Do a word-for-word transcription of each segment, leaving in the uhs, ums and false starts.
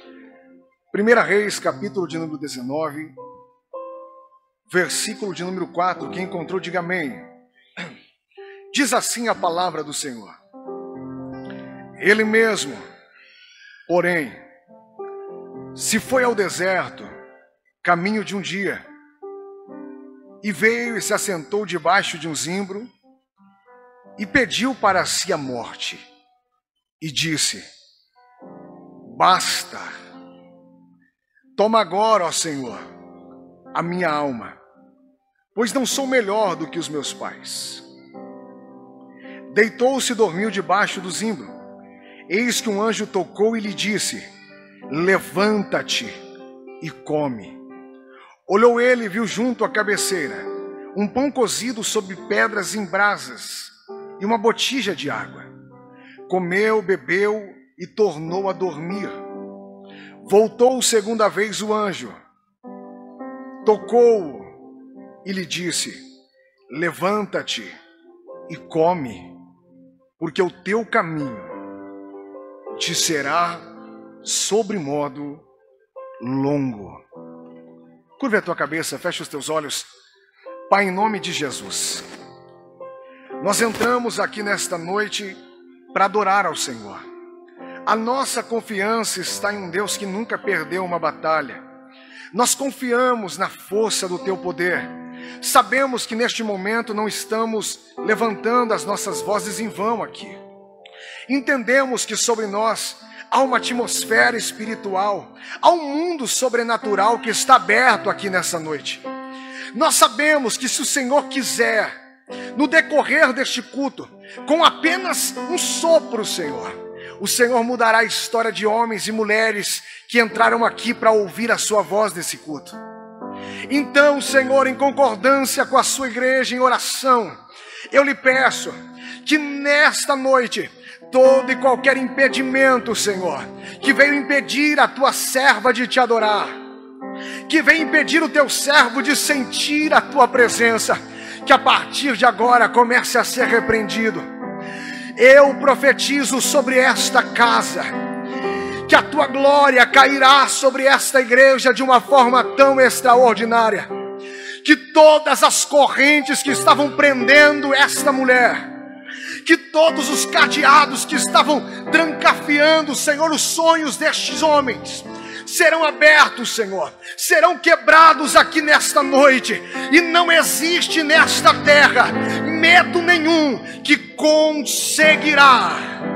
Primeira Reis, capítulo de número dezenove, versículo de número quatro. Quem encontrou, diga amém. Diz assim a palavra do Senhor. Ele mesmo, porém, se foi ao deserto, caminho de um dia, e veio e se assentou debaixo de um zimbro, e pediu para si a morte, e disse: basta, toma agora, ó Senhor, a minha alma, pois não sou melhor do que os meus pais. Deitou-se e dormiu debaixo do zimbro. Eis que um anjo tocou e lhe disse: levanta-te e come. Olhou ele e viu junto à cabeceira um pão cozido sobre pedras em brasas e uma botija de água. Comeu, bebeu e tornou a dormir. Voltou segunda vez o anjo, tocou-o e lhe disse: levanta-te e come, porque o teu caminho te será sobremodo longo. Curva a tua cabeça, fecha os teus olhos. Pai, em nome de Jesus, nós entramos aqui nesta noite para adorar ao Senhor. A nossa confiança está em um Deus que nunca perdeu uma batalha. Nós confiamos na força do teu poder. Sabemos que neste momento não estamos levantando as nossas vozes em vão aqui. Entendemos que sobre nós há uma atmosfera espiritual, há um mundo sobrenatural que está aberto aqui nessa noite. Nós sabemos que se o Senhor quiser, no decorrer deste culto, com apenas um sopro, Senhor, o Senhor mudará a história de homens e mulheres que entraram aqui para ouvir a sua voz nesse culto. Então, Senhor, em concordância com a sua igreja em oração, eu lhe peço que nesta noite, todo e qualquer impedimento, Senhor, que veio impedir a tua serva de te adorar, que veio impedir o teu servo de sentir a tua presença, que a partir de agora comece a ser repreendido. Eu profetizo sobre esta casa, que a tua glória cairá sobre esta igreja de uma forma tão extraordinária, que todas as correntes que estavam prendendo esta mulher, que todos os cadeados que estavam trancafiando, Senhor, os sonhos destes homens, serão abertos, Senhor, serão quebrados aqui nesta noite, e não existe nesta terra medo nenhum que conseguirá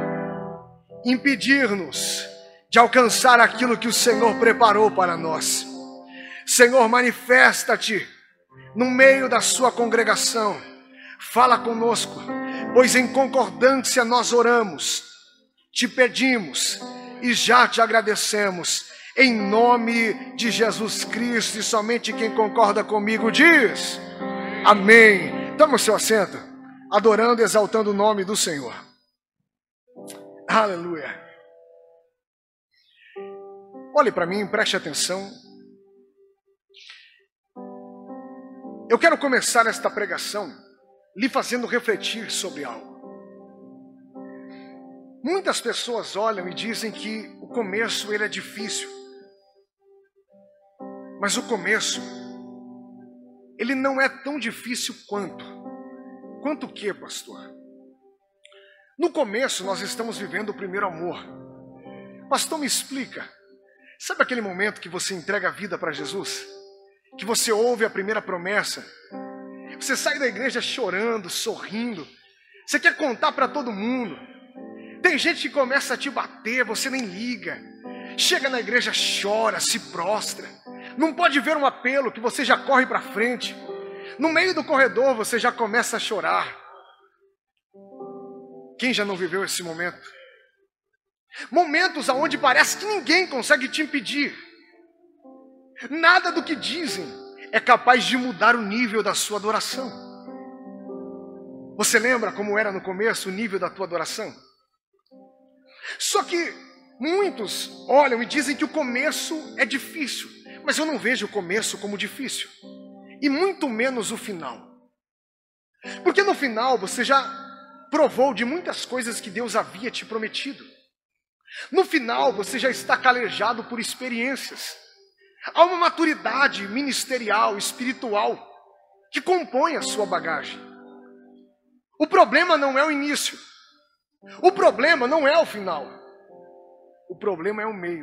impedir-nos de alcançar aquilo que o Senhor preparou para nós. Senhor, manifesta-te no meio da sua congregação, fala conosco, pois em concordância nós oramos, te pedimos e já te agradecemos, em nome de Jesus Cristo. E somente quem concorda comigo diz amém. Toma o seu assento, adorando e exaltando o nome do Senhor. Aleluia. Olhe para mim, preste atenção. Eu quero começar esta pregação lhe fazendo refletir sobre algo. Muitas pessoas olham e dizem que o começo ele é difícil. Mas o começo, ele não é tão difícil quanto. Quanto o quê, pastor? No começo nós estamos vivendo o primeiro amor. Pastor, me explica. Sabe aquele momento que você entrega a vida para Jesus? Que você ouve a primeira promessa? Você sai da igreja chorando, sorrindo. Você quer contar para todo mundo. Tem gente que começa a te bater, você nem liga. Chega na igreja, chora, se prostra. Não pode ver um apelo que você já corre para frente. No meio do corredor você já começa a chorar. Quem já não viveu esse momento? Momentos onde parece que ninguém consegue te impedir. Nada do que dizem é capaz de mudar o nível da sua adoração. Você lembra como era no começo o nível da tua adoração? Só que muitos olham e dizem que o começo é difícil. Mas eu não vejo o começo como difícil. E muito menos o final. Porque no final você já provou de muitas coisas que Deus havia te prometido. No final, você já está calejado por experiências. Há uma maturidade ministerial, espiritual, que compõe a sua bagagem. O problema não é o início. O problema não é o final. O problema é o meio.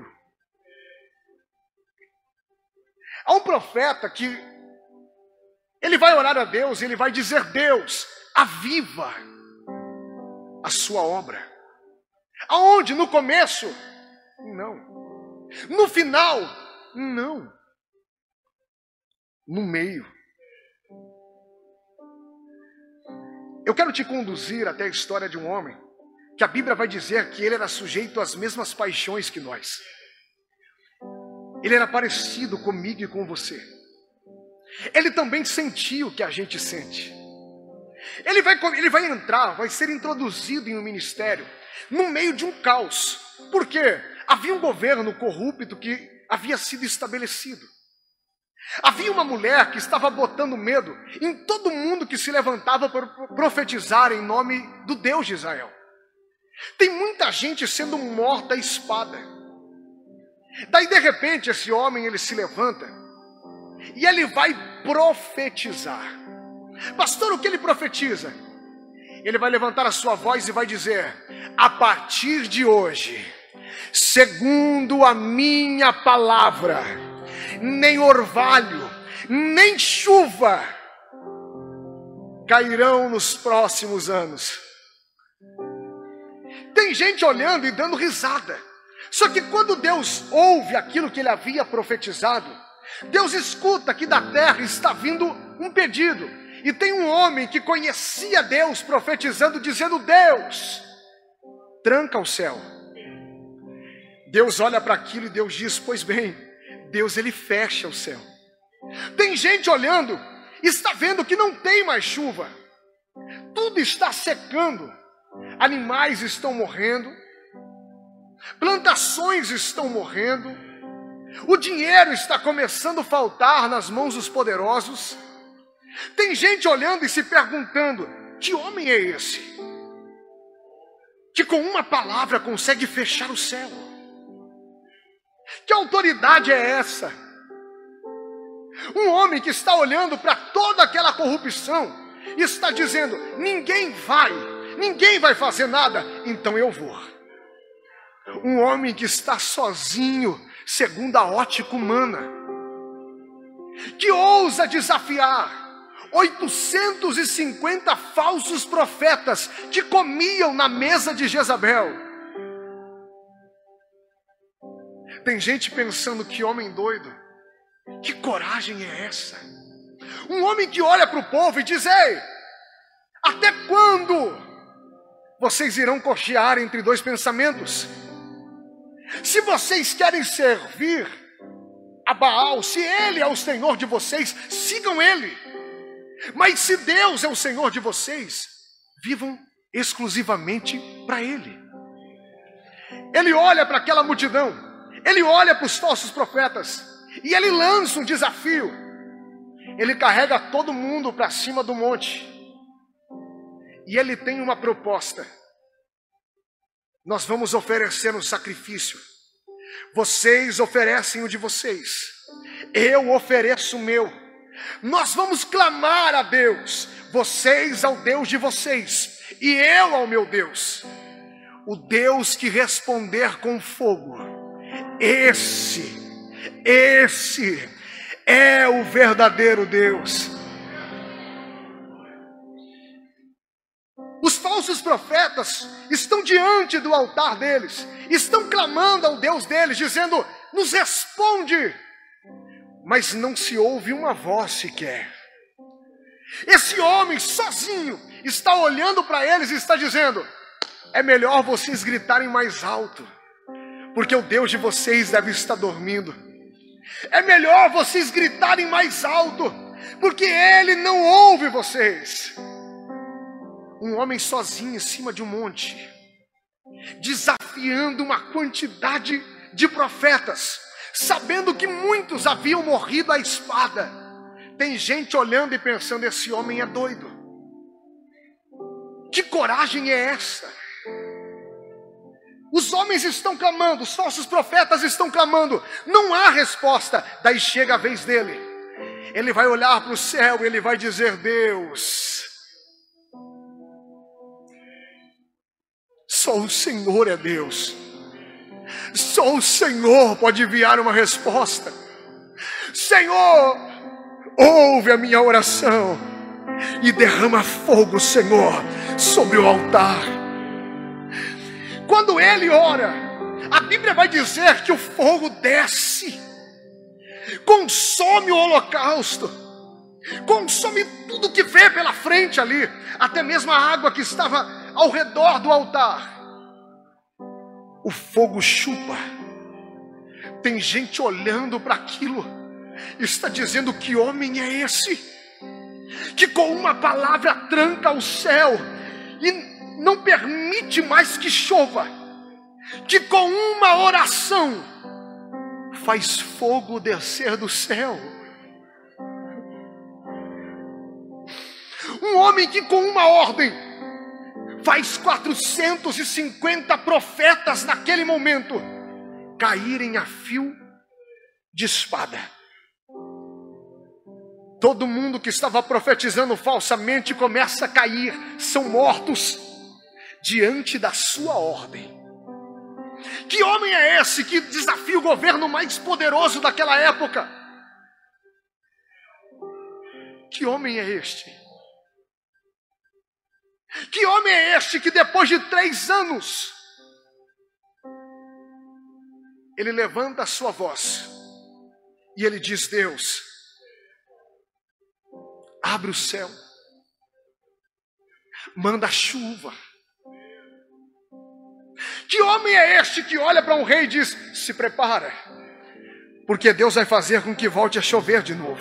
Há um profeta que ele vai orar a Deus e ele vai dizer: Deus, aviva a sua obra. Aonde? No começo? Não. No final? Não. No meio. Eu quero te conduzir até a história de um homem que a Bíblia vai dizer que ele era sujeito às mesmas paixões que nós. Ele era parecido comigo e com você. Ele também sentiu o que a gente sente. Ele vai, ele vai entrar, vai ser introduzido em um ministério no meio de um caos. Por quê? Havia um governo corrupto que havia sido estabelecido. Havia uma mulher que estava botando medo em todo mundo que se levantava para profetizar em nome do Deus de Israel. Tem muita gente sendo morta à espada. Daí de repente esse homem ele se levanta e ele vai profetizar. Pastor, o que ele profetiza? Ele vai levantar a sua voz e vai dizer: a partir de hoje, segundo a minha palavra, nem orvalho, nem chuva cairão nos próximos anos. Tem gente olhando e dando risada. Só que quando Deus ouve aquilo que ele havia profetizado, Deus escuta que da terra está vindo um pedido. E tem um homem que conhecia Deus profetizando, dizendo: Deus, tranca o céu. Deus olha para aquilo e Deus diz: pois bem, Deus ele fecha o céu. Tem gente olhando, está vendo que não tem mais chuva. Tudo está secando. Animais estão morrendo. Plantações estão morrendo. O dinheiro está começando a faltar nas mãos dos poderosos. Tem gente olhando e se perguntando: que homem é esse? Que com uma palavra consegue fechar o céu? Que autoridade é essa? Um homem que está olhando para toda aquela corrupção e está dizendo: ninguém vai, ninguém vai fazer nada, então eu vou. Um homem que está sozinho, segundo a ótica humana, que ousa desafiar oitocentos e cinquenta falsos profetas que comiam na mesa de Jezabel. Tem gente pensando: que homem doido, que coragem é essa? Um homem que olha para o povo e diz: ei, até quando vocês irão cochear entre dois pensamentos? Se vocês querem servir a Baal, se ele é o Senhor de vocês, sigam ele. Mas se Deus é o Senhor de vocês, vivam exclusivamente para ele. Ele olha para aquela multidão, ele olha para os falsos profetas e ele lança um desafio. Ele carrega todo mundo para cima do monte e ele tem uma proposta: nós vamos oferecer um sacrifício. Vocês oferecem o de vocês, eu ofereço o meu. Nós vamos clamar a Deus, vocês ao Deus de vocês e eu ao meu Deus. O Deus que responder com fogo, esse, esse é o verdadeiro Deus. Os falsos profetas estão diante do altar deles, estão clamando ao Deus deles, dizendo: nos responde. Mas não se ouve uma voz sequer. Esse homem sozinho está olhando para eles e está dizendo: é melhor vocês gritarem mais alto, porque o Deus de vocês deve estar dormindo. É melhor vocês gritarem mais alto, porque Ele não ouve vocês. Um homem sozinho em cima de um monte, desafiando uma quantidade de profetas, sabendo que muitos haviam morrido à espada. Tem gente olhando e pensando: esse homem é doido. Que coragem é essa? Os homens estão clamando, os falsos profetas estão clamando, não há resposta. Daí chega a vez dele. Ele vai olhar para o céu e ele vai dizer: Deus, só o Senhor é Deus. Só o Senhor pode enviar uma resposta. Senhor, ouve a minha oração e derrama fogo, Senhor, sobre o altar. Quando ele ora, a Bíblia vai dizer que o fogo desce, consome o holocausto, consome tudo que vê pela frente ali, até mesmo a água que estava ao redor do altar. O fogo chupa. Tem gente olhando para aquilo, está dizendo: que homem é esse, que com uma palavra tranca o céu e não permite mais que chova, que com uma oração faz fogo descer do céu. Um homem que com uma ordem faz quatrocentos e cinquenta profetas naquele momento caírem a fio de espada. Todo mundo que estava profetizando falsamente começa a cair, são mortos diante da sua ordem. Que homem é esse que desafia o governo mais poderoso daquela época? Que homem é este? Que homem é este que depois de três anos, ele levanta a sua voz e ele diz: Deus, abre o céu, manda chuva. Que homem é este que olha para um rei e diz: se prepara, porque Deus vai fazer com que volte a chover de novo.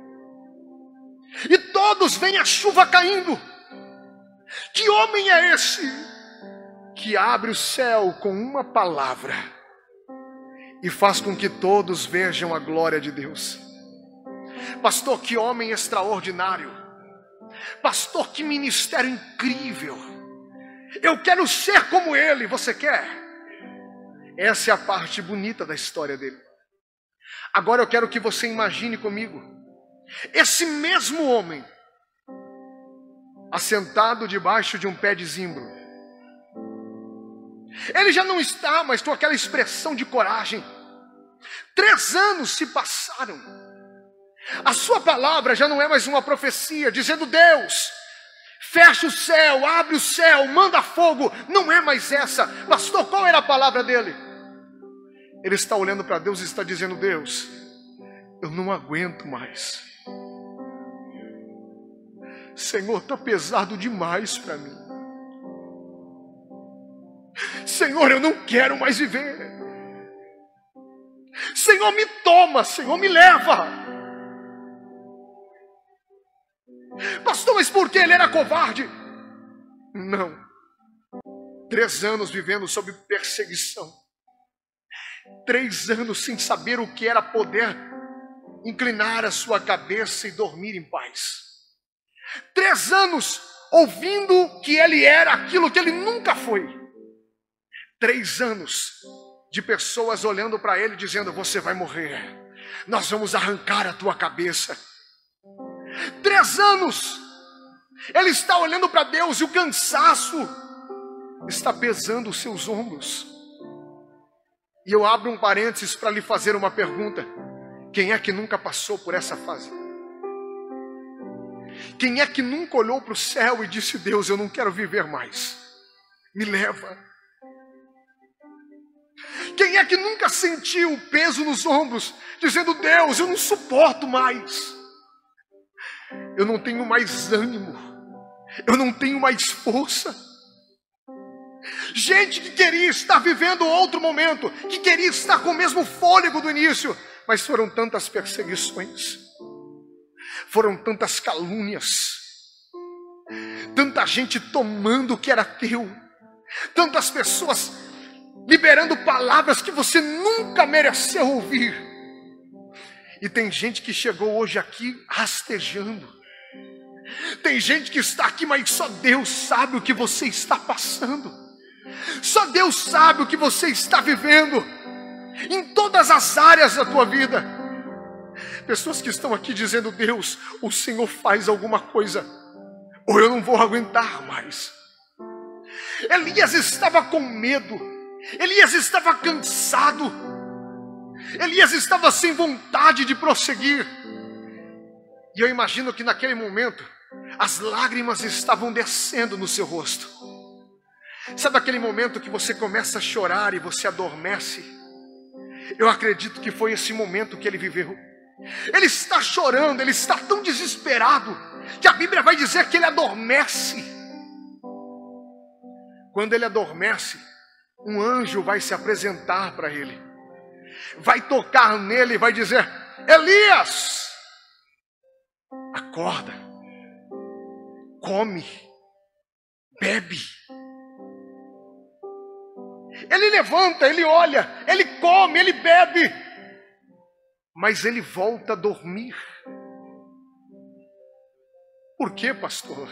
E todos veem a chuva caindo. Que homem é esse que abre o céu com uma palavra e faz com que todos vejam a glória de Deus? Pastor, que homem extraordinário. Pastor, que ministério incrível. Eu quero ser como ele. Você quer? Essa é a parte bonita da história dele. Agora eu quero que você imagine comigo esse mesmo homem assentado debaixo de um pé de zimbro. Ele já não está mais com aquela expressão de coragem. Três anos se passaram. A sua palavra já não é mais uma profecia dizendo: Deus, fecha o céu, abre o céu, manda fogo. Não é mais essa. Pastor, qual era a palavra dele? Ele está olhando para Deus e está dizendo: Deus, eu não aguento mais. Senhor, está pesado demais para mim. Senhor, eu não quero mais viver. Senhor, me toma, Senhor, me leva. Pastor, mas por que ele era covarde? Não. Três anos vivendo sob perseguição. Três anos sem saber o que era poder inclinar a sua cabeça e dormir em paz. Três anos ouvindo que ele era aquilo que ele nunca foi. Três anos de pessoas olhando para ele dizendo: você vai morrer, nós vamos arrancar a tua cabeça. Três anos ele está olhando para Deus e o cansaço está pesando os seus ombros. E eu abro um parênteses para lhe fazer uma pergunta: quem é que nunca passou por essa fase? Quem é que nunca olhou para o céu e disse: Deus, eu não quero viver mais, me leva? Quem é que nunca sentiu o peso nos ombros, dizendo: Deus, eu não suporto mais, eu não tenho mais ânimo, eu não tenho mais força? Gente que queria estar vivendo outro momento, que queria estar com o mesmo fôlego do início, mas foram tantas perseguições, foram tantas calúnias, tanta gente tomando o que era teu, tantas pessoas liberando palavras que você nunca mereceu ouvir. E tem gente que chegou hoje aqui rastejando. Tem gente que está aqui, mas só Deus sabe o que você está passando. Só Deus sabe o que você está vivendo em todas as áreas da tua vida. Pessoas que estão aqui dizendo: Deus, o Senhor faz alguma coisa, ou eu não vou aguentar mais. Elias estava com medo, Elias estava cansado, Elias estava sem vontade de prosseguir. E eu imagino que naquele momento as lágrimas estavam descendo no seu rosto. Sabe aquele momento que você começa a chorar e você adormece? Eu acredito que foi esse momento que ele viveu. Ele está chorando, ele está tão desesperado, que a Bíblia vai dizer que ele adormece. Quando ele adormece, um anjo vai se apresentar para ele, vai tocar nele e vai dizer: Elias, acorda, come, bebe. Ele levanta, ele olha, ele come, ele bebe, mas ele volta a dormir. Por quê, pastor?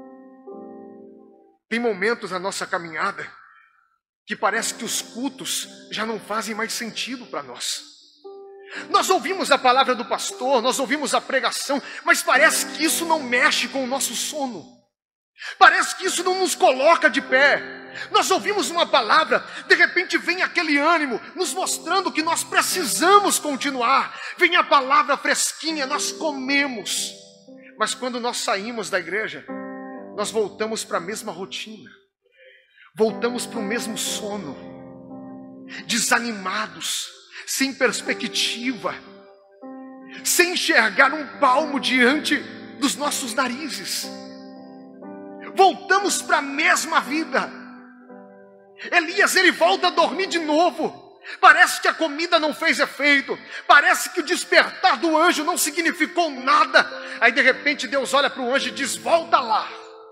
Tem momentos na nossa caminhada que parece que os cultos já não fazem mais sentido para nós. Nós ouvimos a palavra do pastor, nós ouvimos a pregação, mas parece que isso não mexe com o nosso sono. Parece que isso não nos coloca de pé. Nós ouvimos uma palavra, de repente vem aquele ânimo, nos mostrando que nós precisamos continuar. Vem a palavra fresquinha, nós comemos. Mas quando nós saímos da igreja, nós voltamos para a mesma rotina. Voltamos para o mesmo sono. Desanimados, sem perspectiva, sem enxergar um palmo diante dos nossos narizes. Voltamos para a mesma vida. Elias, ele volta a dormir de novo. Parece que a comida não fez efeito, parece que o despertar do anjo não significou nada. Aí de repente Deus olha para o anjo e diz: volta lá,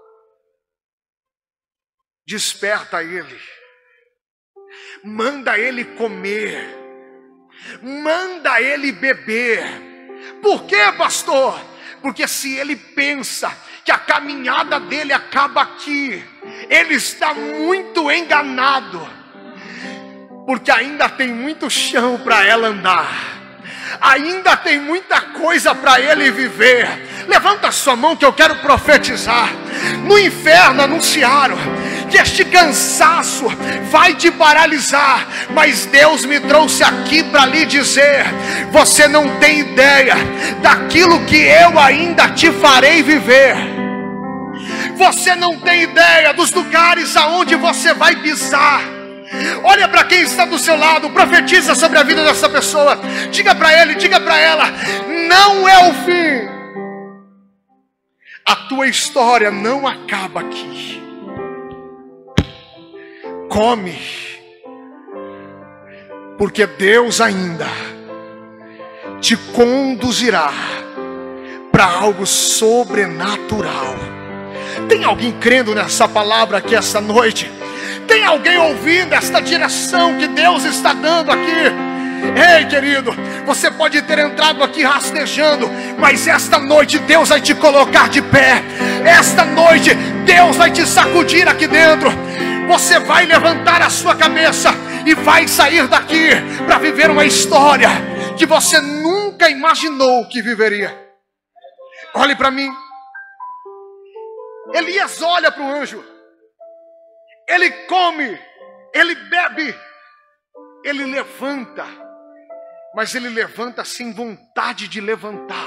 desperta ele, manda ele comer, manda ele beber. Por quê, pastor? Porque se ele pensa que a caminhada dele acaba aqui, ele está muito enganado, porque ainda tem muito chão para ela andar, ainda tem muita coisa para ele viver. Levanta sua mão que eu quero profetizar. No inferno anunciaram que este cansaço vai te paralisar, mas Deus me trouxe aqui para lhe dizer: você não tem ideia daquilo que eu ainda te farei viver. Você não tem ideia dos lugares aonde você vai pisar. Olha para quem está do seu lado, profetiza sobre a vida dessa pessoa. Diga para ele, diga para ela: não é o fim. A tua história não acaba aqui. Come, porque Deus ainda te conduzirá para algo sobrenatural. Tem alguém crendo nessa palavra aqui essa noite? Tem alguém ouvindo esta direção que Deus está dando aqui? Ei, querido, você pode ter entrado aqui rastejando, mas esta noite Deus vai te colocar de pé. Esta noite Deus vai te sacudir aqui dentro. Você vai levantar a sua cabeça e vai sair daqui para viver uma história que você nunca imaginou que viveria. Olhe para mim. Elias olha para o anjo. Ele come, ele bebe, ele levanta, mas ele levanta sem vontade de levantar.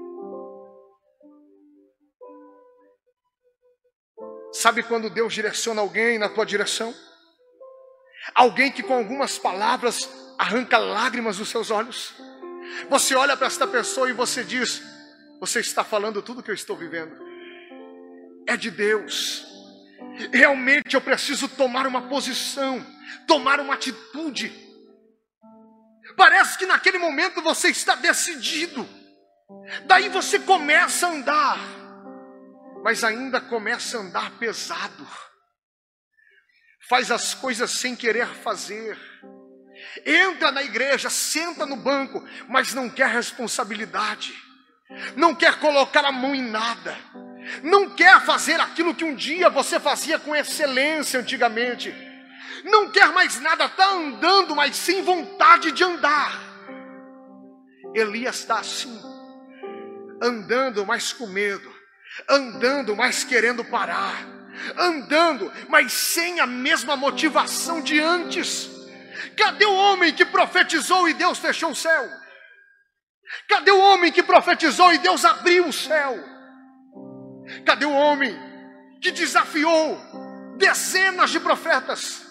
Sabe quando Deus direciona alguém na tua direção? Alguém que com algumas palavras arranca lágrimas dos seus olhos. Você olha para esta pessoa e você diz: você está falando tudo que eu estou vivendo. É de Deus. Realmente eu preciso tomar uma posição, tomar uma atitude. Parece que naquele momento você está decidido. Daí você começa a andar, mas ainda começa a andar pesado. Faz as coisas sem querer fazer. Entra na igreja, senta no banco, mas não quer responsabilidade. Não quer colocar a mão em nada. Não quer fazer aquilo que um dia você fazia com excelência antigamente. não quer mais nada, está andando, mas sem vontade de andar. Elias está assim, andando, mas com medo, andando, mas querendo parar, andando, mas sem a mesma motivação de antes. Cadê o homem que profetizou e Deus fechou o céu? Cadê o homem que profetizou e Deus abriu o céu? Cadê o homem que desafiou dezenas de profetas?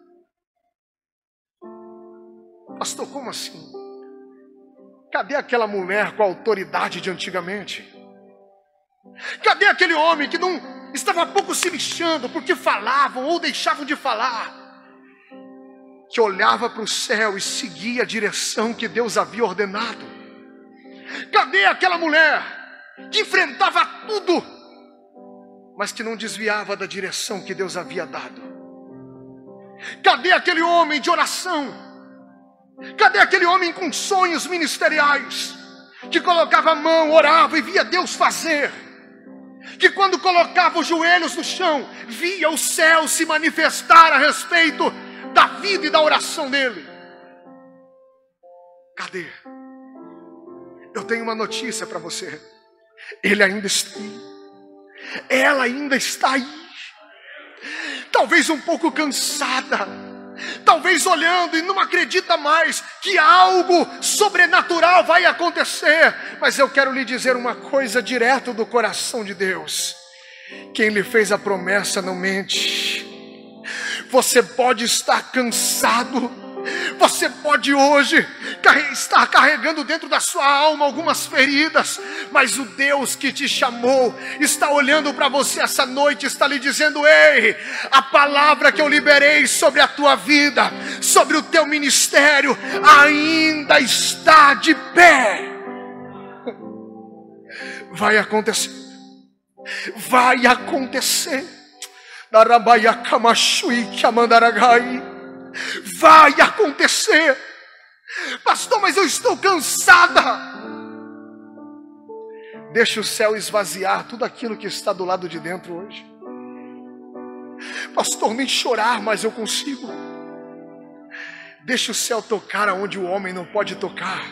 Pastor, como assim? Cadê aquela mulher com a autoridade de antigamente? Cadê aquele homem que não estava pouco se lixando porque falavam ou deixavam de falar, que olhava para o céu e seguia a direção que Deus havia ordenado? Cadê aquela mulher que enfrentava tudo, mas que não desviava da direção que Deus havia dado? Cadê aquele homem de oração? Cadê aquele homem com sonhos ministeriais, que colocava a mão, orava e via Deus fazer? Que quando colocava os joelhos no chão, via o céu se manifestar a respeito da vida e da oração dele? Cadê? Eu tenho uma notícia para você. Ele ainda está aí. Ela ainda está aí. Talvez um pouco cansada, talvez olhando e não acredita mais que algo sobrenatural vai acontecer. Mas eu quero lhe dizer uma coisa direto do coração de Deus: quem lhe fez a promessa não mente. Você pode estar cansado, você pode hoje estar carregando dentro da sua alma algumas feridas, mas o Deus que te chamou está olhando para você essa noite, está lhe dizendo: ei, a palavra que eu liberei sobre a tua vida, sobre o teu ministério, ainda está de pé. Vai acontecer, vai acontecer. Vai acontecer. Pastor, mas eu estou cansada. Deixa o céu esvaziar tudo aquilo que está do lado de dentro hoje. Pastor, nem chorar mas eu consigo. Deixa o céu tocar aonde o homem não pode tocar.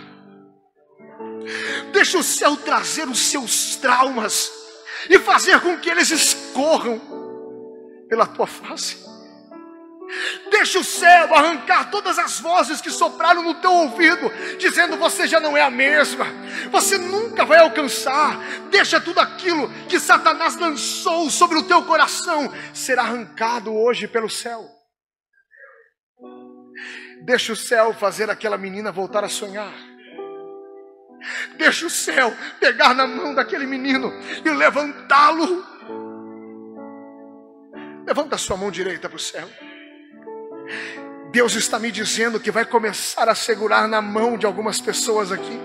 Deixa o céu trazer os seus traumas e fazer com que eles escorram pela tua face. Deixa o céu arrancar todas as vozes que sopraram no teu ouvido, dizendo: você já não é a mesma, você nunca vai alcançar. Deixa tudo aquilo que Satanás lançou sobre o teu coração ser arrancado hoje pelo céu. Deixa o céu fazer aquela menina voltar a sonhar. Deixa o céu pegar na mão daquele menino e levantá-lo. Levanta a sua mão direita para o céu. Deus está me dizendo que vai começar a segurar na mão de algumas pessoas aqui.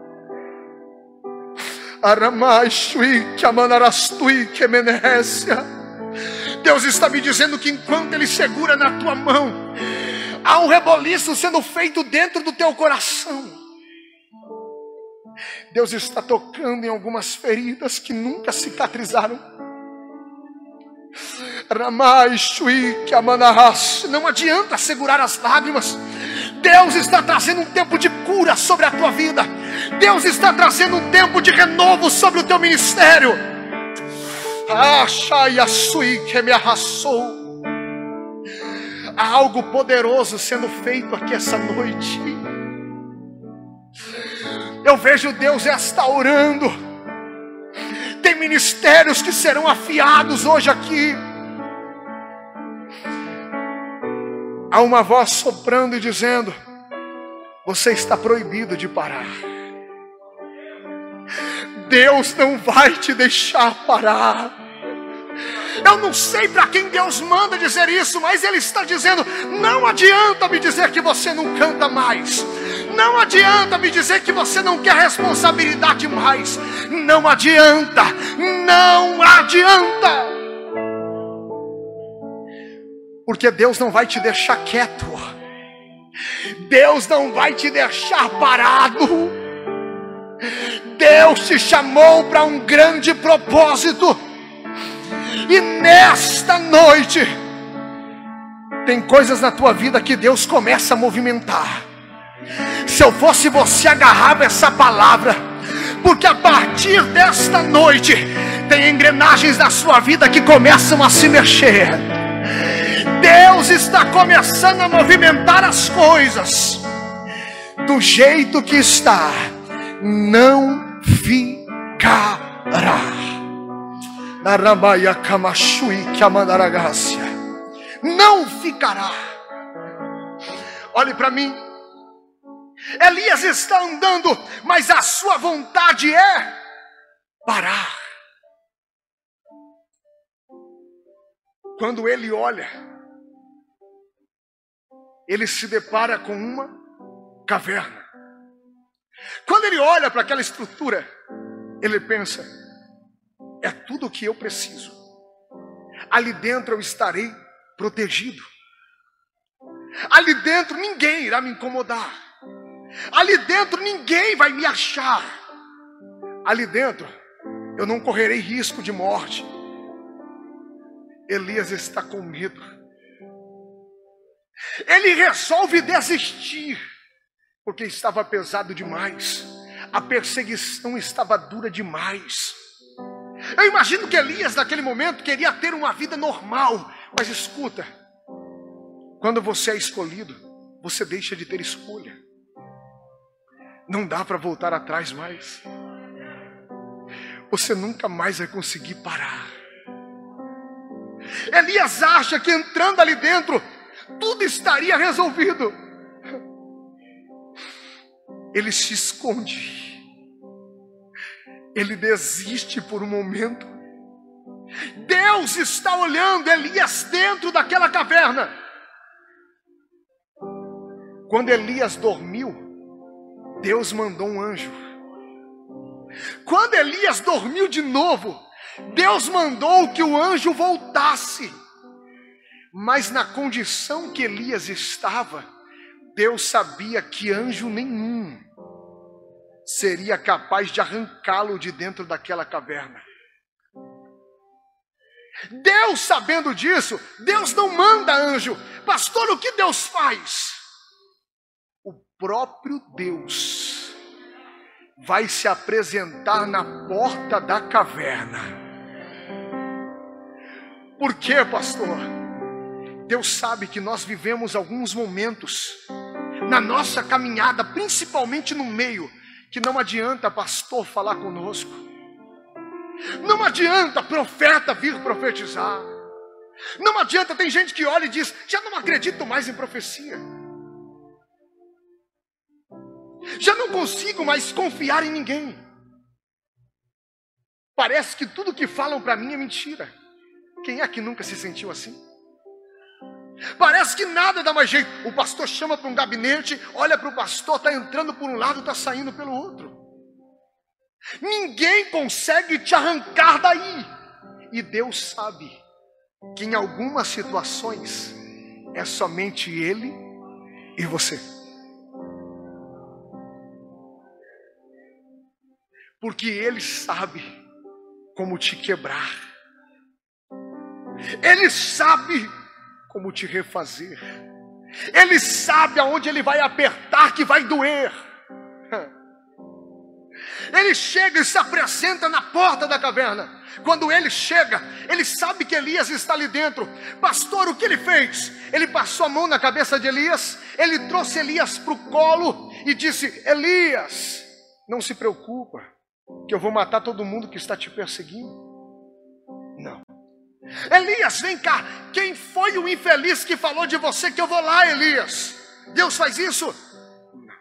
Deus está me dizendo que enquanto Ele segura na tua mão, há um reboliço sendo feito dentro do teu coração. Deus está tocando em algumas feridas que nunca cicatrizaram. Não adianta segurar as lágrimas. Deus está trazendo um tempo de cura sobre a tua vida. Deus está trazendo um tempo de renovo sobre o teu ministério. Há algo poderoso sendo feito aqui essa noite. Eu vejo Deus restaurando. Tem ministérios que serão afiados hoje aqui. Há uma voz soprando e dizendo: você está proibido de parar. Deus não vai te deixar parar. Eu não sei para quem Deus manda dizer isso, mas Ele está dizendo: não adianta me dizer que você não canta mais. Não adianta me dizer que você não quer responsabilidade mais. Não adianta, não adianta. Porque Deus não vai te deixar quieto. Deus não vai te deixar parado. Deus te chamou para um grande propósito. E nesta noite, Tem coisas na tua vida que Deus começa a movimentar. Se eu fosse você, agarrava essa palavra, porque a partir desta noite tem engrenagens na sua vida que começam a se mexer. Deus está começando a movimentar as coisas. Do jeito que está, não ficará. Não ficará. Olhe para mim. Elias está andando, mas a sua vontade é parar. Quando ele olha, ele se depara com uma caverna. Quando ele olha para aquela estrutura, ele pensa: é tudo o que eu preciso. Ali dentro eu estarei protegido. Ali dentro ninguém irá me incomodar. Ali dentro ninguém vai me achar. Ali dentro eu não correrei risco de morte. Elias está com medo. Ele resolve desistir, porque estava pesado demais. A perseguição estava dura demais. Eu imagino que Elias naquele momento queria ter uma vida normal. Mas escuta, quando você é escolhido, você deixa de ter escolha. Não dá para voltar atrás mais. Você nunca mais vai conseguir parar. Elias acha que entrando ali dentro, tudo estaria resolvido. Ele se esconde. Ele desiste por um momento. Deus está olhando Elias dentro daquela caverna. Quando Elias dormiu, Deus mandou um anjo. Quando Elias dormiu de novo, Deus mandou que o anjo voltasse. Mas na condição que Elias estava, Deus sabia que anjo nenhum seria capaz de arrancá-lo de dentro daquela caverna. Deus, sabendo disso, Deus não manda anjo. Pastor, o que Deus faz? O próprio Deus vai se apresentar na porta da caverna. Por quê, pastor? Deus sabe que nós vivemos alguns momentos na nossa caminhada, principalmente no meio, que não adianta pastor falar conosco. Não adianta profeta vir profetizar. Não adianta, tem gente que olha e diz: já não acredito mais em profecia. Já não consigo mais confiar em ninguém. Parece que tudo que falam para mim é mentira. Quem é que nunca se sentiu assim? Parece que nada dá mais jeito. O pastor chama para um gabinete, olha para o pastor, está entrando por um lado, está saindo pelo outro. Ninguém consegue te arrancar daí. E Deus sabe que em algumas situações é somente Ele e você. Porque Ele sabe como te quebrar. Ele sabe como te refazer. Ele sabe aonde Ele vai apertar que vai doer. Ele chega e se apresenta na porta da caverna. Quando ele chega, ele sabe que Elias está ali dentro. Pastor, o que ele fez? Ele passou a mão na cabeça de Elias. Ele trouxe Elias para o colo e disse: Elias, não se preocupa, que eu vou matar todo mundo que está te perseguindo. Não. Elias, vem cá. Quem foi o infeliz que falou de você que eu vou lá, Elias? Deus faz isso? Não.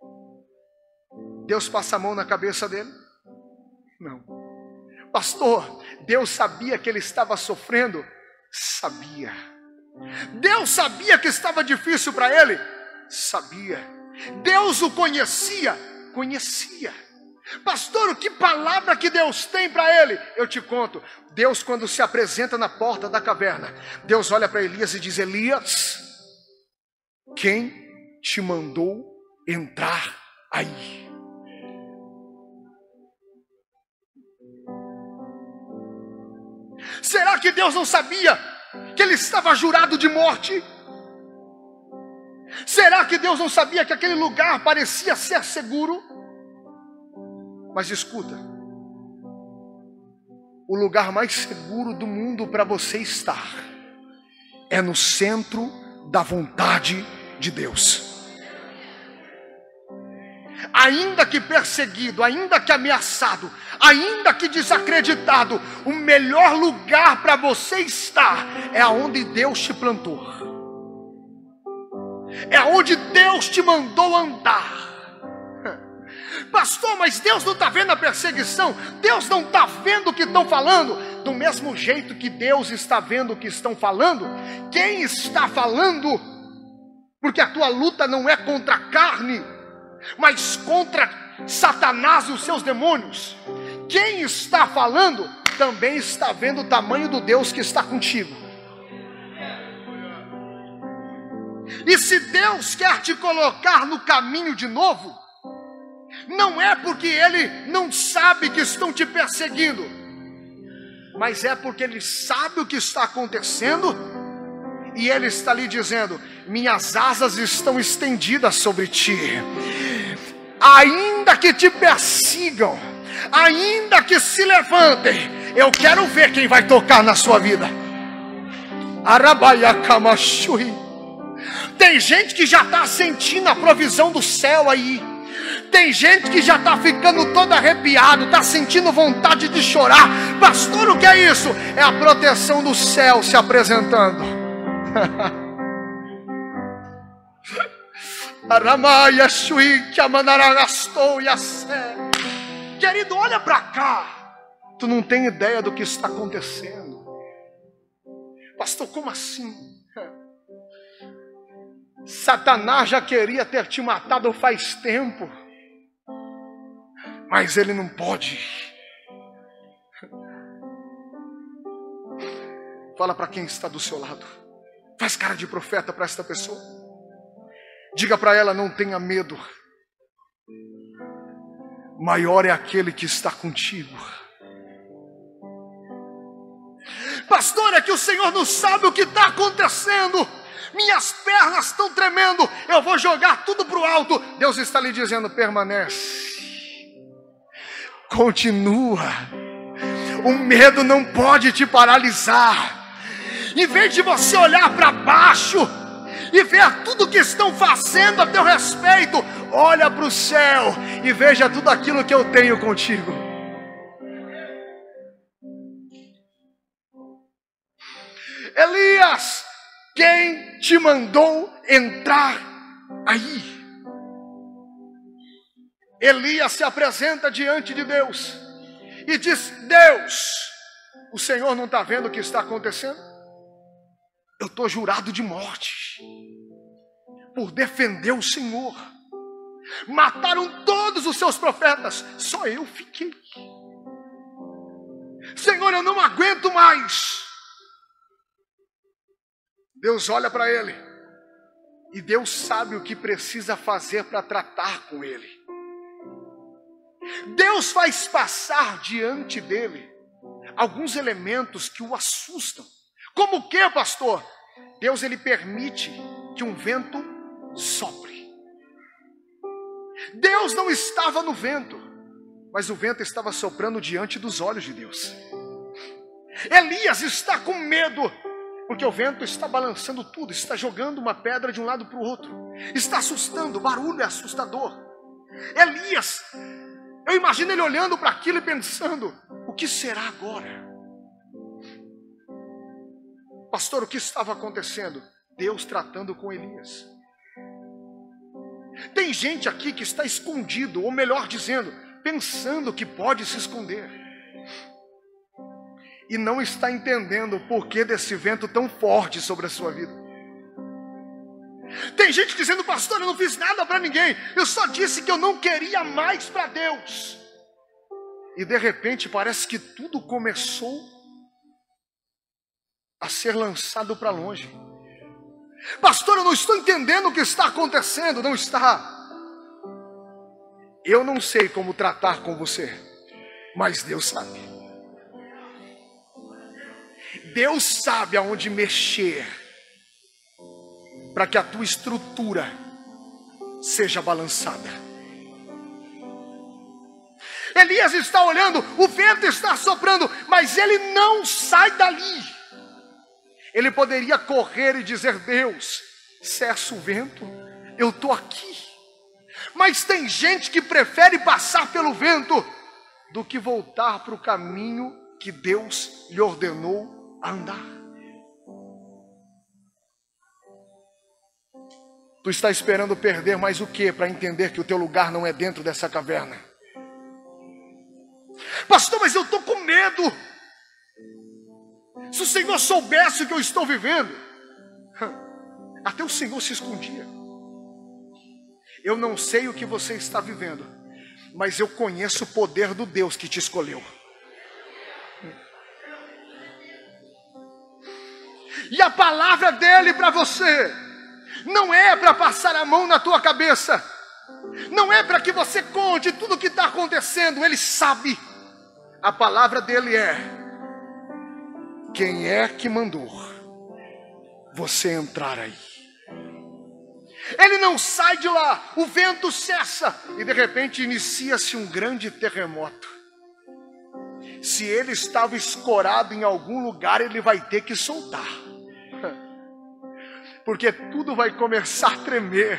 Deus passa a mão na cabeça dele? Não. Pastor, Deus sabia que ele estava sofrendo? Sabia. Deus sabia que estava difícil para ele? Sabia. Deus o conhecia? Conhecia. Pastor, que palavra que Deus tem para ele? Eu te conto. Deus, quando se apresenta na porta da caverna, Deus olha para Elias e diz: Elias, quem te mandou entrar aí? Será que Deus não sabia que ele estava jurado de morte? Será que Deus não sabia que aquele lugar parecia ser seguro? Mas escuta, o lugar mais seguro do mundo para você estar é no centro da vontade de Deus. Ainda que perseguido, ainda que ameaçado, ainda que desacreditado, o melhor lugar para você estar é aonde Deus te plantou, é onde Deus te mandou andar. Pastor, mas Deus não está vendo a perseguição? Deus não está vendo o que estão falando? Do mesmo jeito que Deus está vendo o que estão falando, quem está falando, porque a tua luta não é contra a carne, mas contra Satanás e os seus demônios. Quem está falando também está vendo o tamanho do Deus que está contigo. E se Deus quer te colocar no caminho de novo, não é porque Ele não sabe que estão te perseguindo, mas é porque Ele sabe o que está acontecendo, e Ele está lhe dizendo: minhas asas estão estendidas sobre ti. Ainda que te persigam, ainda que se levantem, eu quero ver quem vai tocar na sua vida. Arabayacamashui. Tem gente que já está sentindo a provisão do céu aí. Tem gente que já está ficando todo arrepiado, está sentindo vontade de chorar. Pastor, o que é isso? É a proteção do céu se apresentando. Querido, olha para cá. Tu não tem ideia do que está acontecendo. Pastor, como assim? Satanás já queria ter te matado faz tempo, mas ele não pode. Fala para quem está do seu lado. Faz cara de profeta para esta pessoa. Diga para ela: não tenha medo. Maior é aquele que está contigo. Pastor, é que o Senhor não sabe o que está acontecendo. Minhas pernas estão tremendo. Eu vou jogar tudo para o alto. Deus está lhe dizendo: permanece. Continua. O medo não pode te paralisar. Em vez de você olhar para baixo e ver tudo que estão fazendo a teu respeito, olha para o céu e veja tudo aquilo que eu tenho contigo. Elias, quem te mandou entrar aí? Elias se apresenta diante de Deus e diz: Deus, o Senhor não está vendo o que está acontecendo? Eu estou jurado de morte por defender o Senhor. Mataram todos os seus profetas, só eu fiquei. Senhor, eu não aguento mais. Deus olha para ele e Deus sabe o que precisa fazer para tratar com ele. Deus faz passar diante dele alguns elementos que o assustam. Como o que, pastor? Deus, ele permite que um vento sopre. Deus não estava no vento, mas o vento estava soprando diante dos olhos de Deus. Elias está com medo, porque o vento está balançando tudo, está jogando uma pedra de um lado para o outro, está assustando, o barulho é assustador. Elias, eu imagino ele olhando para aquilo e pensando: o que será agora? Pastor, o que estava acontecendo? Deus tratando com Elias. Tem gente aqui que está escondido, ou melhor dizendo, pensando que pode se esconder, e não está entendendo o porquê desse vento tão forte sobre a sua vida. Tem gente dizendo: pastor, eu não fiz nada para ninguém, eu só disse que eu não queria mais para Deus. E de repente parece que tudo começou a ser lançado para longe. Pastor, eu não estou entendendo o que está acontecendo. Não está. Eu não sei como tratar com você, mas Deus sabe. Deus sabe aonde mexer para que a tua estrutura seja balançada. Elias está olhando, o vento está soprando, mas ele não sai dali. Ele poderia correr e dizer: Deus, cessa o vento, eu estou aqui. Mas tem gente que prefere passar pelo vento do que voltar para o caminho que Deus lhe ordenou a andar. Tu está esperando perder mais o que para entender que o teu lugar não é dentro dessa caverna? Pastor, mas eu estou com medo. Se o Senhor soubesse o que eu estou vivendo, até o Senhor se escondia. Eu não sei o que você está vivendo, mas eu conheço o poder do Deus que te escolheu. E a palavra dele para você não é para passar a mão na tua cabeça, não é para que você conte tudo o que está acontecendo. Ele sabe. A palavra dele é: quem é que mandou você entrar aí? Ele não sai de lá, o vento cessa e de repente inicia-se um grande terremoto. Se ele estava escorado em algum lugar, ele vai ter que soltar, porque tudo vai começar a tremer.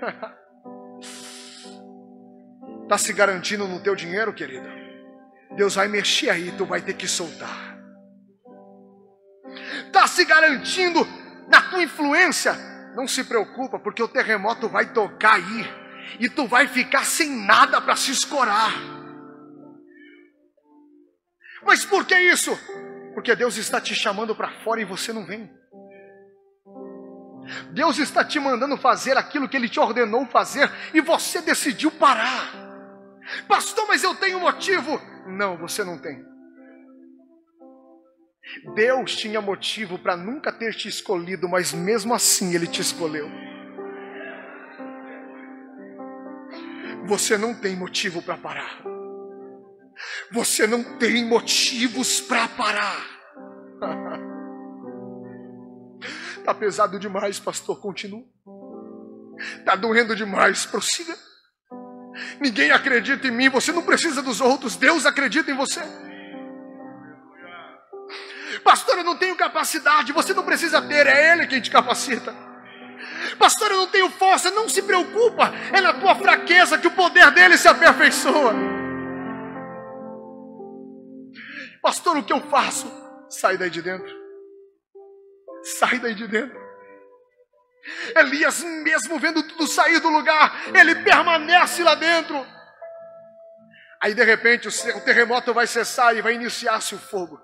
Está se garantindo no teu dinheiro, querido? Deus vai mexer aí, tu vai ter que soltar. Está se garantindo na tua influência? Não se preocupa, porque o terremoto vai tocar aí e tu vai ficar sem nada para se escorar. Mas por que isso? Porque Deus está te chamando para fora e você não vem. Deus está te mandando fazer aquilo que Ele te ordenou fazer e você decidiu parar. Pastor, mas eu tenho motivo. Não, você não tem. Deus tinha motivo para nunca ter te escolhido, mas mesmo assim Ele te escolheu. Você não tem motivo para parar. Você não tem motivos para parar. Está pesado demais, pastor, continua. Está doendo demais, prossiga. Ninguém acredita em mim, você não precisa dos outros, Deus acredita em você. Pastor, eu não tenho capacidade, você não precisa ter, é Ele quem te capacita. Pastor, eu não tenho força, não se preocupa, é na tua fraqueza que o poder dele se aperfeiçoa. Pastor, o que eu faço? Sai daí de dentro. Sai daí de dentro. Elias, mesmo vendo tudo sair do lugar, ele permanece lá dentro. Aí de repente o terremoto vai cessar e vai iniciar-se o fogo.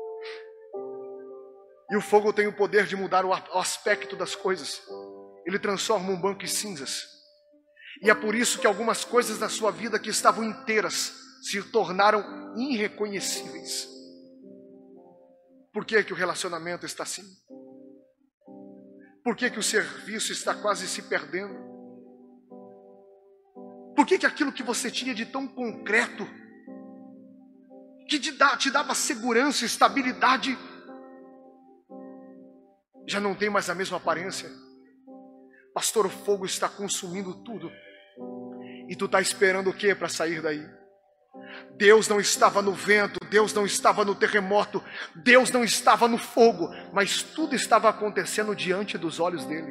E o fogo tem o poder de mudar o aspecto das coisas. Ele transforma um banco em cinzas. E é por isso que algumas coisas da sua vida que estavam inteiras se tornaram irreconhecíveis. Por que que o relacionamento está assim? Por que que o serviço está quase se perdendo? Por que que aquilo que você tinha de tão concreto, que te, dá, te dava segurança e estabilidade, já não tem mais a mesma aparência? Pastor, o fogo está consumindo tudo. E tu está esperando o que para sair daí? Deus não estava no vento, Deus não estava no terremoto, Deus não estava no fogo, mas tudo estava acontecendo diante dos olhos dele.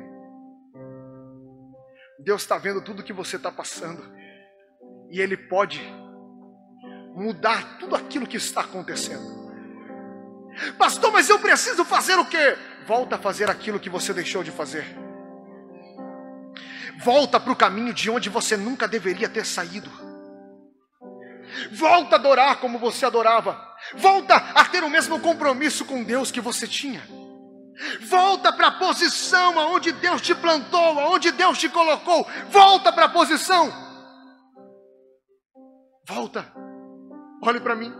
Deus está vendo tudo que você está passando e Ele pode mudar tudo aquilo que está acontecendo. Pastor, mas eu preciso fazer o quê? Volta a fazer aquilo que você deixou de fazer. Volta para o caminho de onde você nunca deveria ter saído. Volta a adorar como você adorava. Volta a ter o mesmo compromisso com Deus que você tinha. Volta para a posição aonde Deus te plantou, aonde Deus te colocou. Volta para a posição. Volta. Olhe para mim.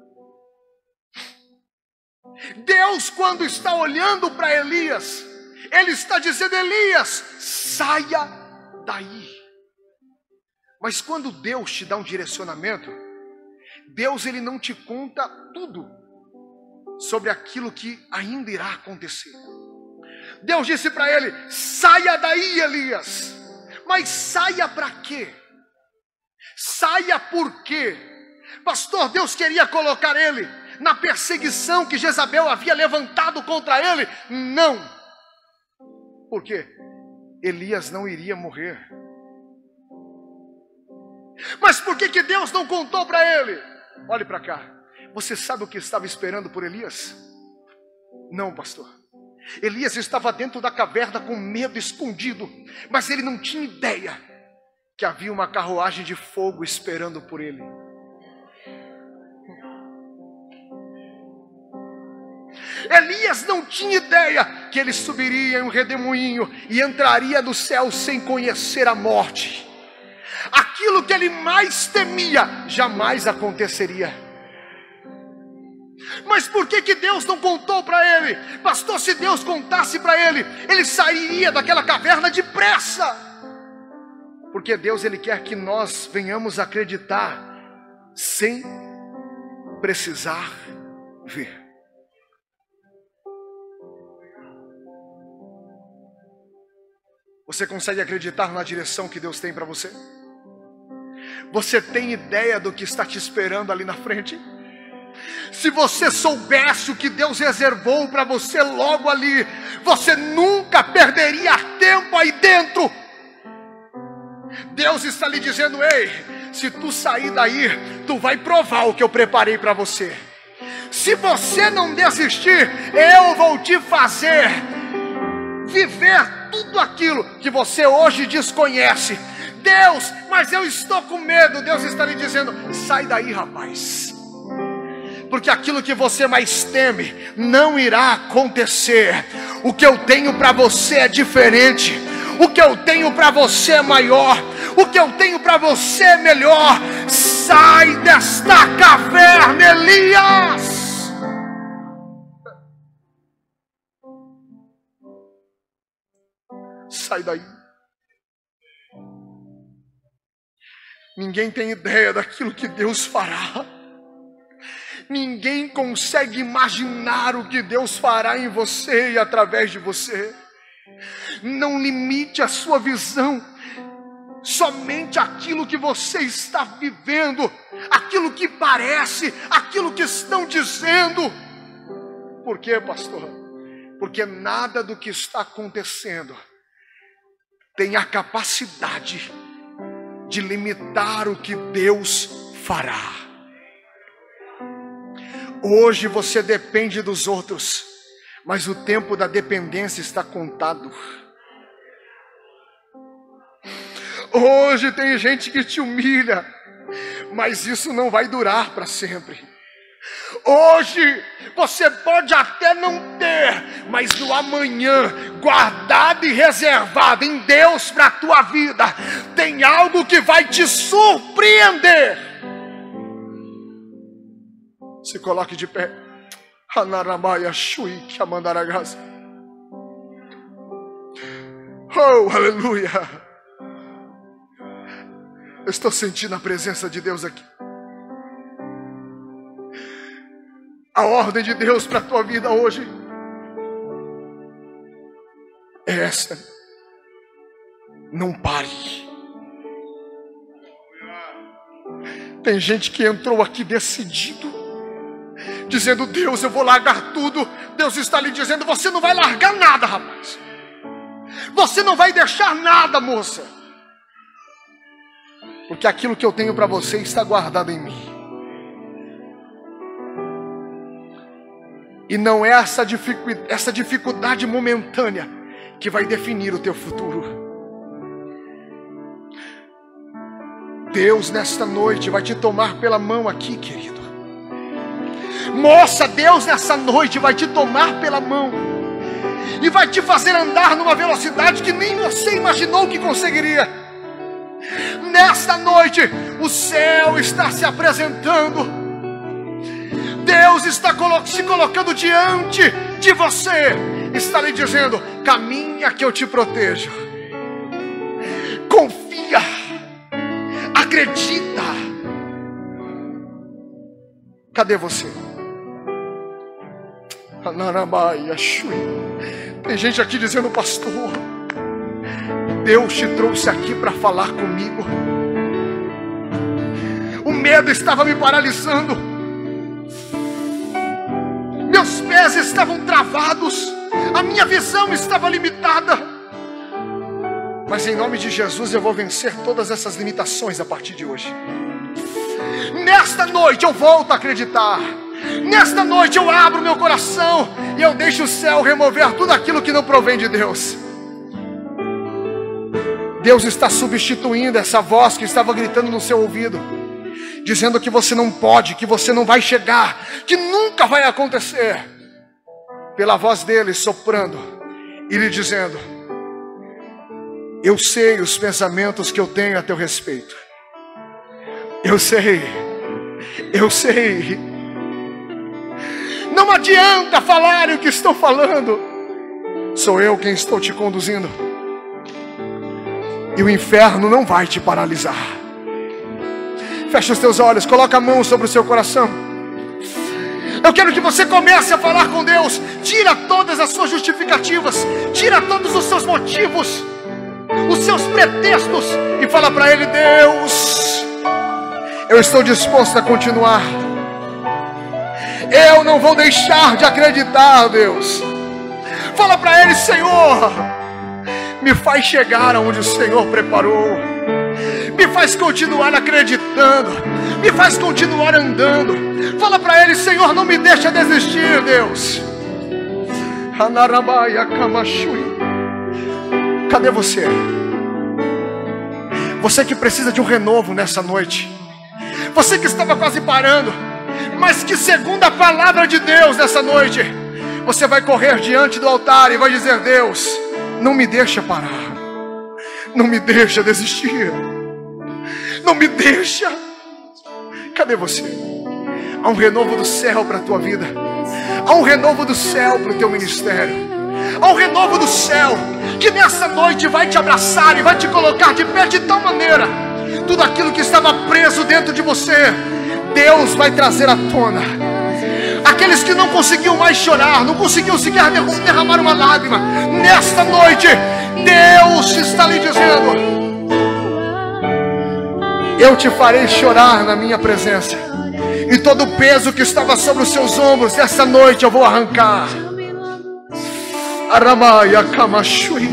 Deus, quando está olhando para Elias, Ele está dizendo: Elias, saia daí. Mas quando Deus te dá um direcionamento, Deus ele não te conta tudo sobre aquilo que ainda irá acontecer. Deus disse para ele: saia daí, Elias. Mas saia para quê? Saia por quê? Pastor, Deus queria colocar ele na perseguição que Jezabel havia levantado contra ele? Não. Por quê? Elias não iria morrer. Mas por que que Deus não contou para ele? Olhe para cá. Você sabe o que estava esperando por Elias? Não, pastor. Elias estava dentro da caverna com medo, escondido. Mas ele não tinha ideia que havia uma carruagem de fogo esperando por ele. Elias não tinha ideia que ele subiria em um redemoinho e entraria no céu sem conhecer a morte. Aquilo que ele mais temia jamais aconteceria. Mas por que que Deus não contou para ele? Pastor, se Deus contasse para ele, ele sairia daquela caverna depressa. Porque Deus, ele quer que nós venhamos acreditar sem precisar ver. Você consegue acreditar na direção que Deus tem para você? Você tem ideia do que está te esperando ali na frente? Se você soubesse o que Deus reservou para você logo ali, você nunca perderia tempo aí dentro. Deus está lhe dizendo: ei, se tu sair daí, tu vai provar o que eu preparei para você. Se você não desistir, eu vou te fazer viver tudo aquilo que você hoje desconhece. Deus, mas eu estou com medo. Deus está lhe dizendo: sai daí, rapaz. Porque aquilo que você mais teme não irá acontecer. O que eu tenho para você é diferente. O que eu tenho para você é maior. O que eu tenho para você é melhor. Sai desta caverna, Elias. Sai daí. Ninguém tem ideia daquilo que Deus fará. Ninguém consegue imaginar o que Deus fará em você e através de você. Não limite a sua visão somente aquilo que você está vivendo, aquilo que parece, aquilo que estão dizendo. Por quê, pastor? Porque nada do que está acontecendo tem a capacidade de limitar o que Deus fará. Hoje você depende dos outros, mas o tempo da dependência está contado. Hoje tem gente que te humilha, mas isso não vai durar para sempre. Hoje você pode até não ter, mas no amanhã, guardado e reservado em Deus para a tua vida, tem algo que vai te surpreender. Se coloque de pé. Hanaramaya Shui Kamandaragasa. Oh, aleluia. Eu estou sentindo a presença de Deus aqui. A ordem de Deus para a tua vida hoje é essa: não pare. Tem gente que entrou aqui decidido, dizendo: Deus, eu vou largar tudo. Deus está lhe dizendo: você não vai largar nada, rapaz. Você não vai deixar nada, moça. Porque aquilo que eu tenho para você está guardado em mim. E não é essa dificuldade, essa dificuldade momentânea que vai definir o teu futuro. Deus nesta noite vai te tomar pela mão aqui, querido. Moça, Deus nessa noite vai te tomar pela mão e vai te fazer andar numa velocidade que nem você imaginou que conseguiria. Nesta noite, o céu está se apresentando. Deus está se colocando diante de você. Está lhe dizendo: caminha que eu te protejo. Confia. Acredita. Cadê você? Tem gente aqui dizendo: pastor, Deus te trouxe aqui para falar comigo. O medo estava me paralisando, meus pés estavam travados, a minha visão estava limitada. Mas em nome de Jesus eu vou vencer todas essas limitações a partir de hoje. Nesta noite eu volto a acreditar. Nesta noite eu abro meu coração e eu deixo o céu remover tudo aquilo que não provém de Deus. Deus está substituindo essa voz que estava gritando no seu ouvido, dizendo que você não pode, que você não vai chegar, que nunca vai acontecer, pela voz dele soprando e lhe dizendo: eu sei os pensamentos que eu tenho a teu respeito. Eu sei, eu sei. Não adianta falarem o que estou falando, sou eu quem estou te conduzindo. E o inferno não vai te paralisar. Fecha os teus olhos, coloca a mão sobre o seu coração. Eu quero que você comece a falar com Deus. Tira todas as suas justificativas, tira todos os seus motivos, os seus pretextos, e fala para Ele: Deus, eu estou disposto a continuar. Eu não vou deixar de acreditar, Deus. Fala para Ele: Senhor, me faz chegar aonde o Senhor preparou. Me faz continuar acreditando. Me faz continuar andando. Fala para Ele: Senhor, não me deixa desistir, Deus. Cadê você? Você que precisa de um renovo nessa noite. Você que estava quase parando, mas que segundo a palavra de Deus nessa noite, você vai correr diante do altar e vai dizer: Deus, não me deixa parar, não me deixa desistir, não me deixa. Cadê você? Há um renovo do céu para a tua vida, há um renovo do céu para o teu ministério, há um renovo do céu que nessa noite vai te abraçar e vai te colocar de pé de tal maneira. Tudo aquilo que estava preso dentro de você, Deus vai trazer à tona. Aqueles que não conseguiam mais chorar, não conseguiam sequer derramar uma lágrima, nesta noite Deus está lhe dizendo: eu te farei chorar na minha presença, e todo o peso que estava sobre os seus ombros, essa noite eu vou arrancar. Aramaya Kamashui.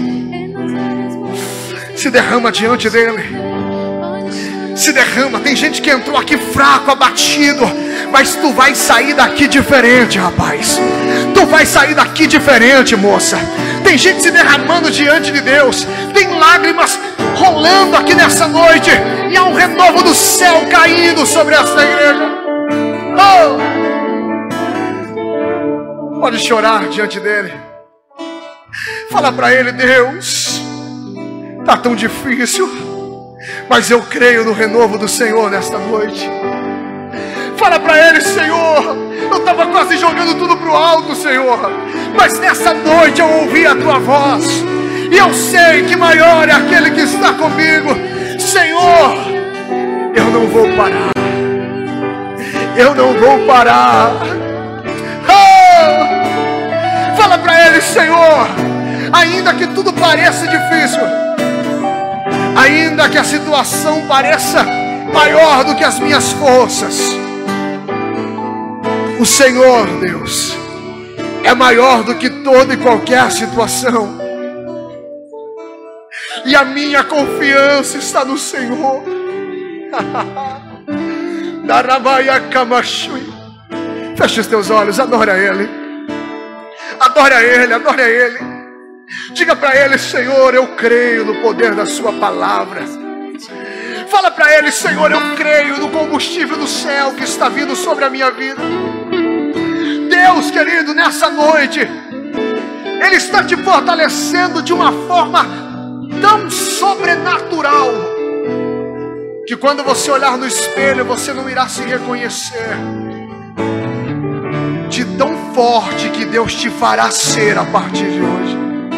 Se derrama diante dele. Se derrama. Tem gente que entrou aqui fraco, abatido, mas tu vai sair daqui diferente, rapaz. Tu vai sair daqui diferente, moça. Tem gente se derramando diante de Deus. Tem lágrimas rolando aqui nessa noite, e há um renovo do céu caindo sobre essa igreja. Oh! Pode chorar diante dele. Fala para ele: Deus, tá tão difícil, mas eu creio no renovo do Senhor nesta noite. Fala para Ele: Senhor, eu estava quase jogando tudo para o alto, Senhor, mas nessa noite eu ouvi a Tua voz, e eu sei que maior é aquele que está comigo. Senhor, eu não vou parar, eu não vou parar. Oh! Fala para Ele: Senhor, ainda que tudo pareça difícil, ainda que a situação pareça maior do que as minhas forças, o Senhor, Deus, é maior do que toda e qualquer situação. E a minha confiança está no Senhor. Feche os teus olhos, adora Ele. Adora a Ele, adora a Ele. Diga para Ele: Senhor, eu creio no poder da Sua palavra. Fala para Ele: Senhor, eu creio no combustível do céu que está vindo sobre a minha vida. Deus querido, nessa noite Ele está te fortalecendo de uma forma tão sobrenatural, que quando você olhar no espelho, você não irá se reconhecer. De tão forte que Deus te fará ser a partir de hoje.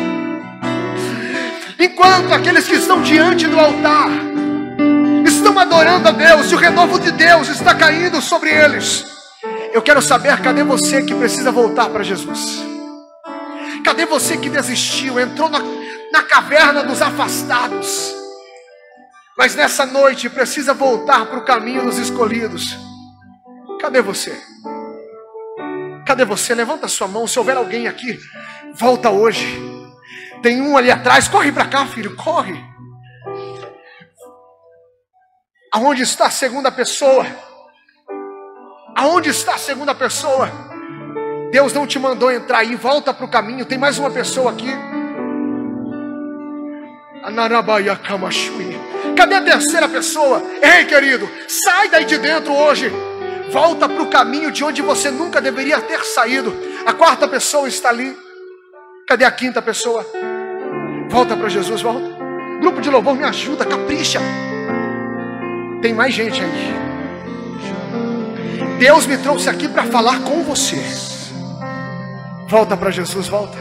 Enquanto aqueles que estão diante do altar estão adorando a Deus, e o renovo de Deus está caindo sobre eles, eu quero saber, cadê você que precisa voltar para Jesus? Cadê você que desistiu, entrou na, na caverna dos afastados, mas nessa noite precisa voltar para o caminho dos escolhidos? Cadê você? Cadê você? Levanta a sua mão. Se houver alguém aqui, volta hoje. Tem um ali atrás. Corre para cá, filho, corre. Aonde está a segunda pessoa? Aonde está a segunda pessoa? Deus não te mandou entrar aí. Volta para o caminho. Tem mais uma pessoa aqui. Cadê a terceira pessoa? Ei, querido, sai daí de dentro hoje. Volta para o caminho de onde você nunca deveria ter saído. A quarta pessoa está ali. Cadê a quinta pessoa? Volta para Jesus, volta. Grupo de louvor, me ajuda, capricha. Tem mais gente aí. Deus me trouxe aqui para falar com você. Volta para Jesus, volta.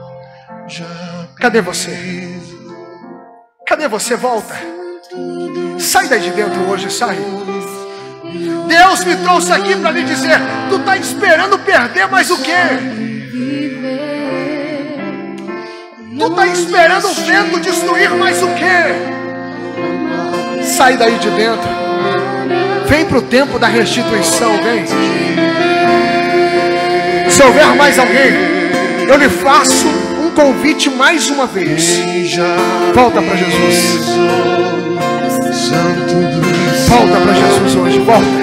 Cadê você? Cadê você? Volta. Sai daí de dentro hoje, sai. Deus me trouxe aqui para lhe dizer: tu está esperando perder mais o quê? Tu está esperando o vento destruir mais o quê? Sai daí de dentro. Vem para o tempo da restituição, vem. Se houver mais alguém, eu lhe faço um convite mais uma vez. Volta para Jesus. Volta para Jesus hoje, volta.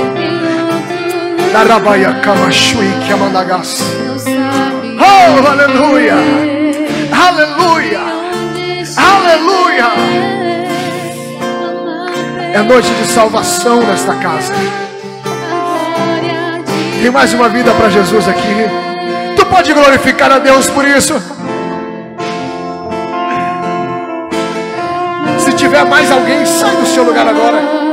Narabaia Kamashui Kiamanagas. Oh, aleluia! Aleluia! Aleluia! É noite de salvação nesta casa. Tem mais uma vida para Jesus aqui. Tu pode glorificar a Deus por isso? Se tiver mais alguém, sai do seu lugar agora.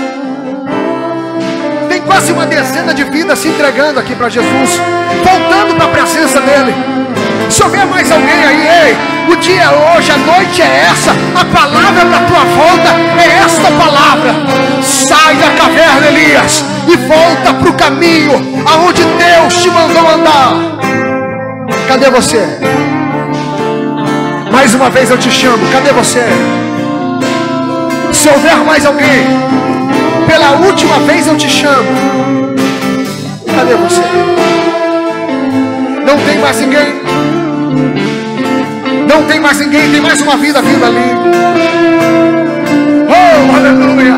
Tem quase uma dezena de vidas se entregando aqui para Jesus, voltando para a presença dele. Se houver mais alguém aí, ei, o dia é hoje, a noite é essa, a palavra para a tua volta é esta palavra. Sai da caverna, Elias, e volta para o caminho aonde Deus te mandou andar. Cadê você? Mais uma vez eu te chamo, cadê você? Se houver mais alguém, pela última vez eu te chamo. Cadê você? Não tem mais ninguém? Não tem mais ninguém? Tem mais uma vida vindo ali. Oh, aleluia!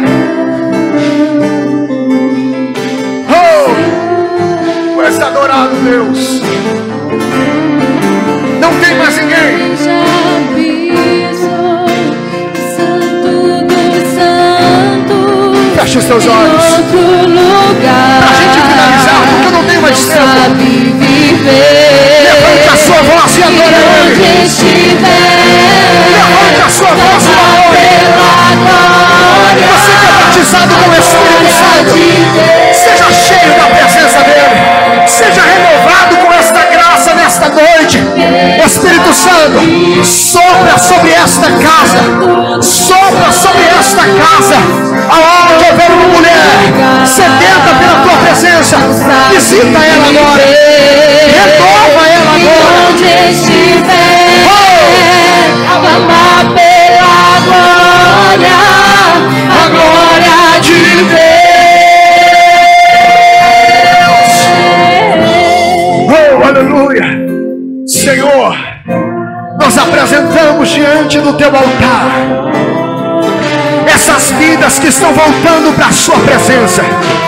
Oh, tu és adorado, Deus. Não tem mais ninguém? Feche os teus olhos. Para a gente finalizar, porque eu não tenho mais tempo. Levante a sua voz e adore Ele. Levante a sua voz e adore Ele. Você que é batizado com o Espírito Santo, seja cheio da presença dEle. Seja renovado com esta graça nesta noite. Espírito Santo, sopra sobre esta casa. Sopra sobre esta casa. Aonde houver uma mulher sedenta pela tua presença, visita ela agora. Renova ela agora. Onde estiver, oh! Clamar pela glória, a glória de Deus. Oh, aleluia. Senhor, nós apresentamos diante do teu altar essas vidas que estão voltando para a sua presença.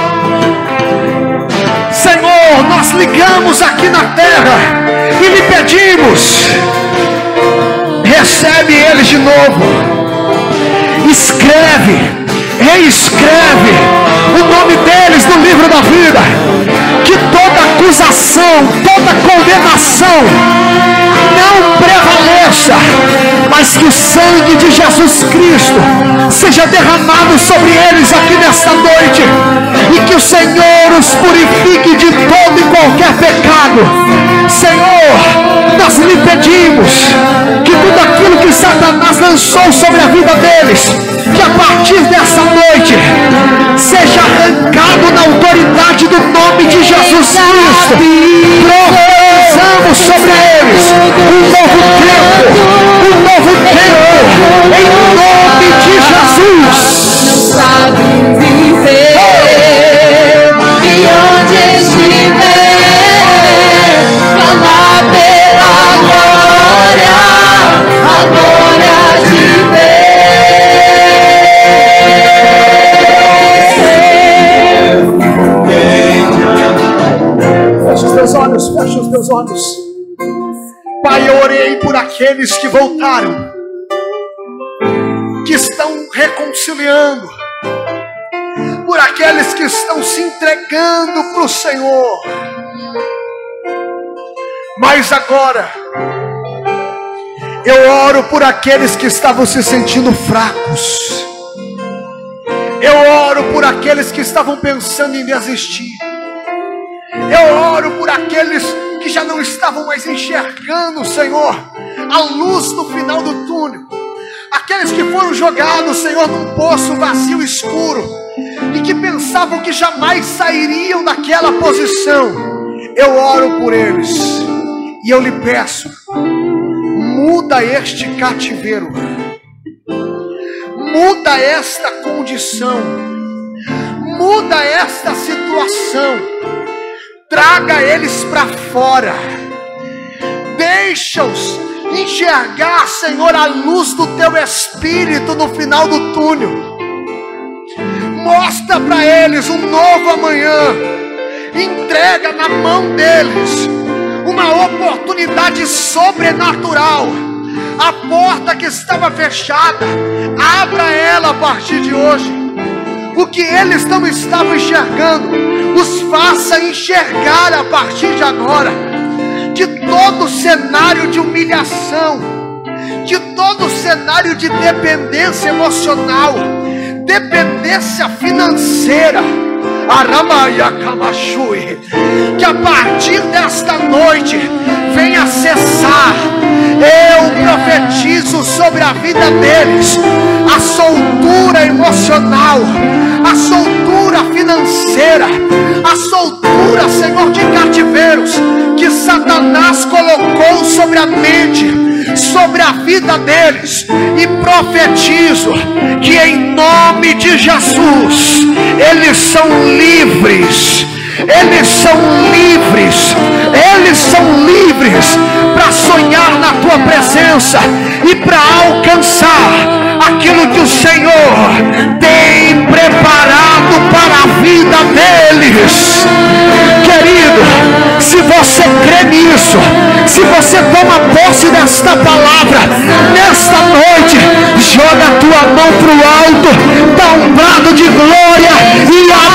Senhor, nós ligamos aqui na terra e lhe pedimos: recebe eles de novo, escreve, reescreve o nome deles no livro da vida, que toda acusação, toda condenação não prevaleça, mas que o sangue de Jesus Cristo seja derramado sobre eles aqui nesta noite, e que o Senhor os purifique de todo e qualquer pecado. Senhor, nós lhe pedimos que tudo aquilo que Satanás lançou sobre a vida deles, que a partir dessa noite seja arrancado na autoridade do nome de Jesus Cristo. Profetizamos declaro sobre eles um novo tempo, um novo tempo, em nome de Jesus. Não sabe viver e onde estiver, clamar pela glória, a glória de Deus. Feche os teus olhos, feche os teus olhos. Pai, eu orei por aqueles que voltaram, que estão reconciliando, por aqueles que estão se entregando para o Senhor. Mas agora, eu oro por aqueles que estavam se sentindo fracos. Eu oro por aqueles que estavam pensando em desistir. Eu oro por aqueles que já não estavam mais enxergando, Senhor, a luz no final do túnel. Aqueles que foram jogados, Senhor, num poço vazio, escuro, e que pensavam que jamais sairiam daquela posição. Eu oro por eles e eu lhe peço, muda este cativeiro, muda esta condição, muda esta situação, traga eles para fora, deixa-os enxergar, Senhor, a luz do Teu Espírito no final do túnel. Mostra para eles um novo amanhã. Entrega na mão deles uma oportunidade sobrenatural. A porta que estava fechada, abra ela a partir de hoje. O que eles não estavam enxergando, os faça enxergar a partir de agora. De todo cenário de humilhação, de todo cenário de dependência emocional, dependência financeira, que a partir desta noite venha cessar. Eu profetizo sobre a vida deles a soltura emocional, a soltura financeira, a soltura, Senhor, de cativeiros que Satanás colocou sobre a mente, sobre a vida deles, e profetizo que em nome de Jesus eles são livres, eles são livres, eles são livres para sonhar na Tua presença e para alcançar aquilo que o Senhor tem preparado para a vida deles. Querido, se você crê nisso, se você toma posse desta palavra, nesta noite, joga a tua mão para o alto, dá um brado de glória e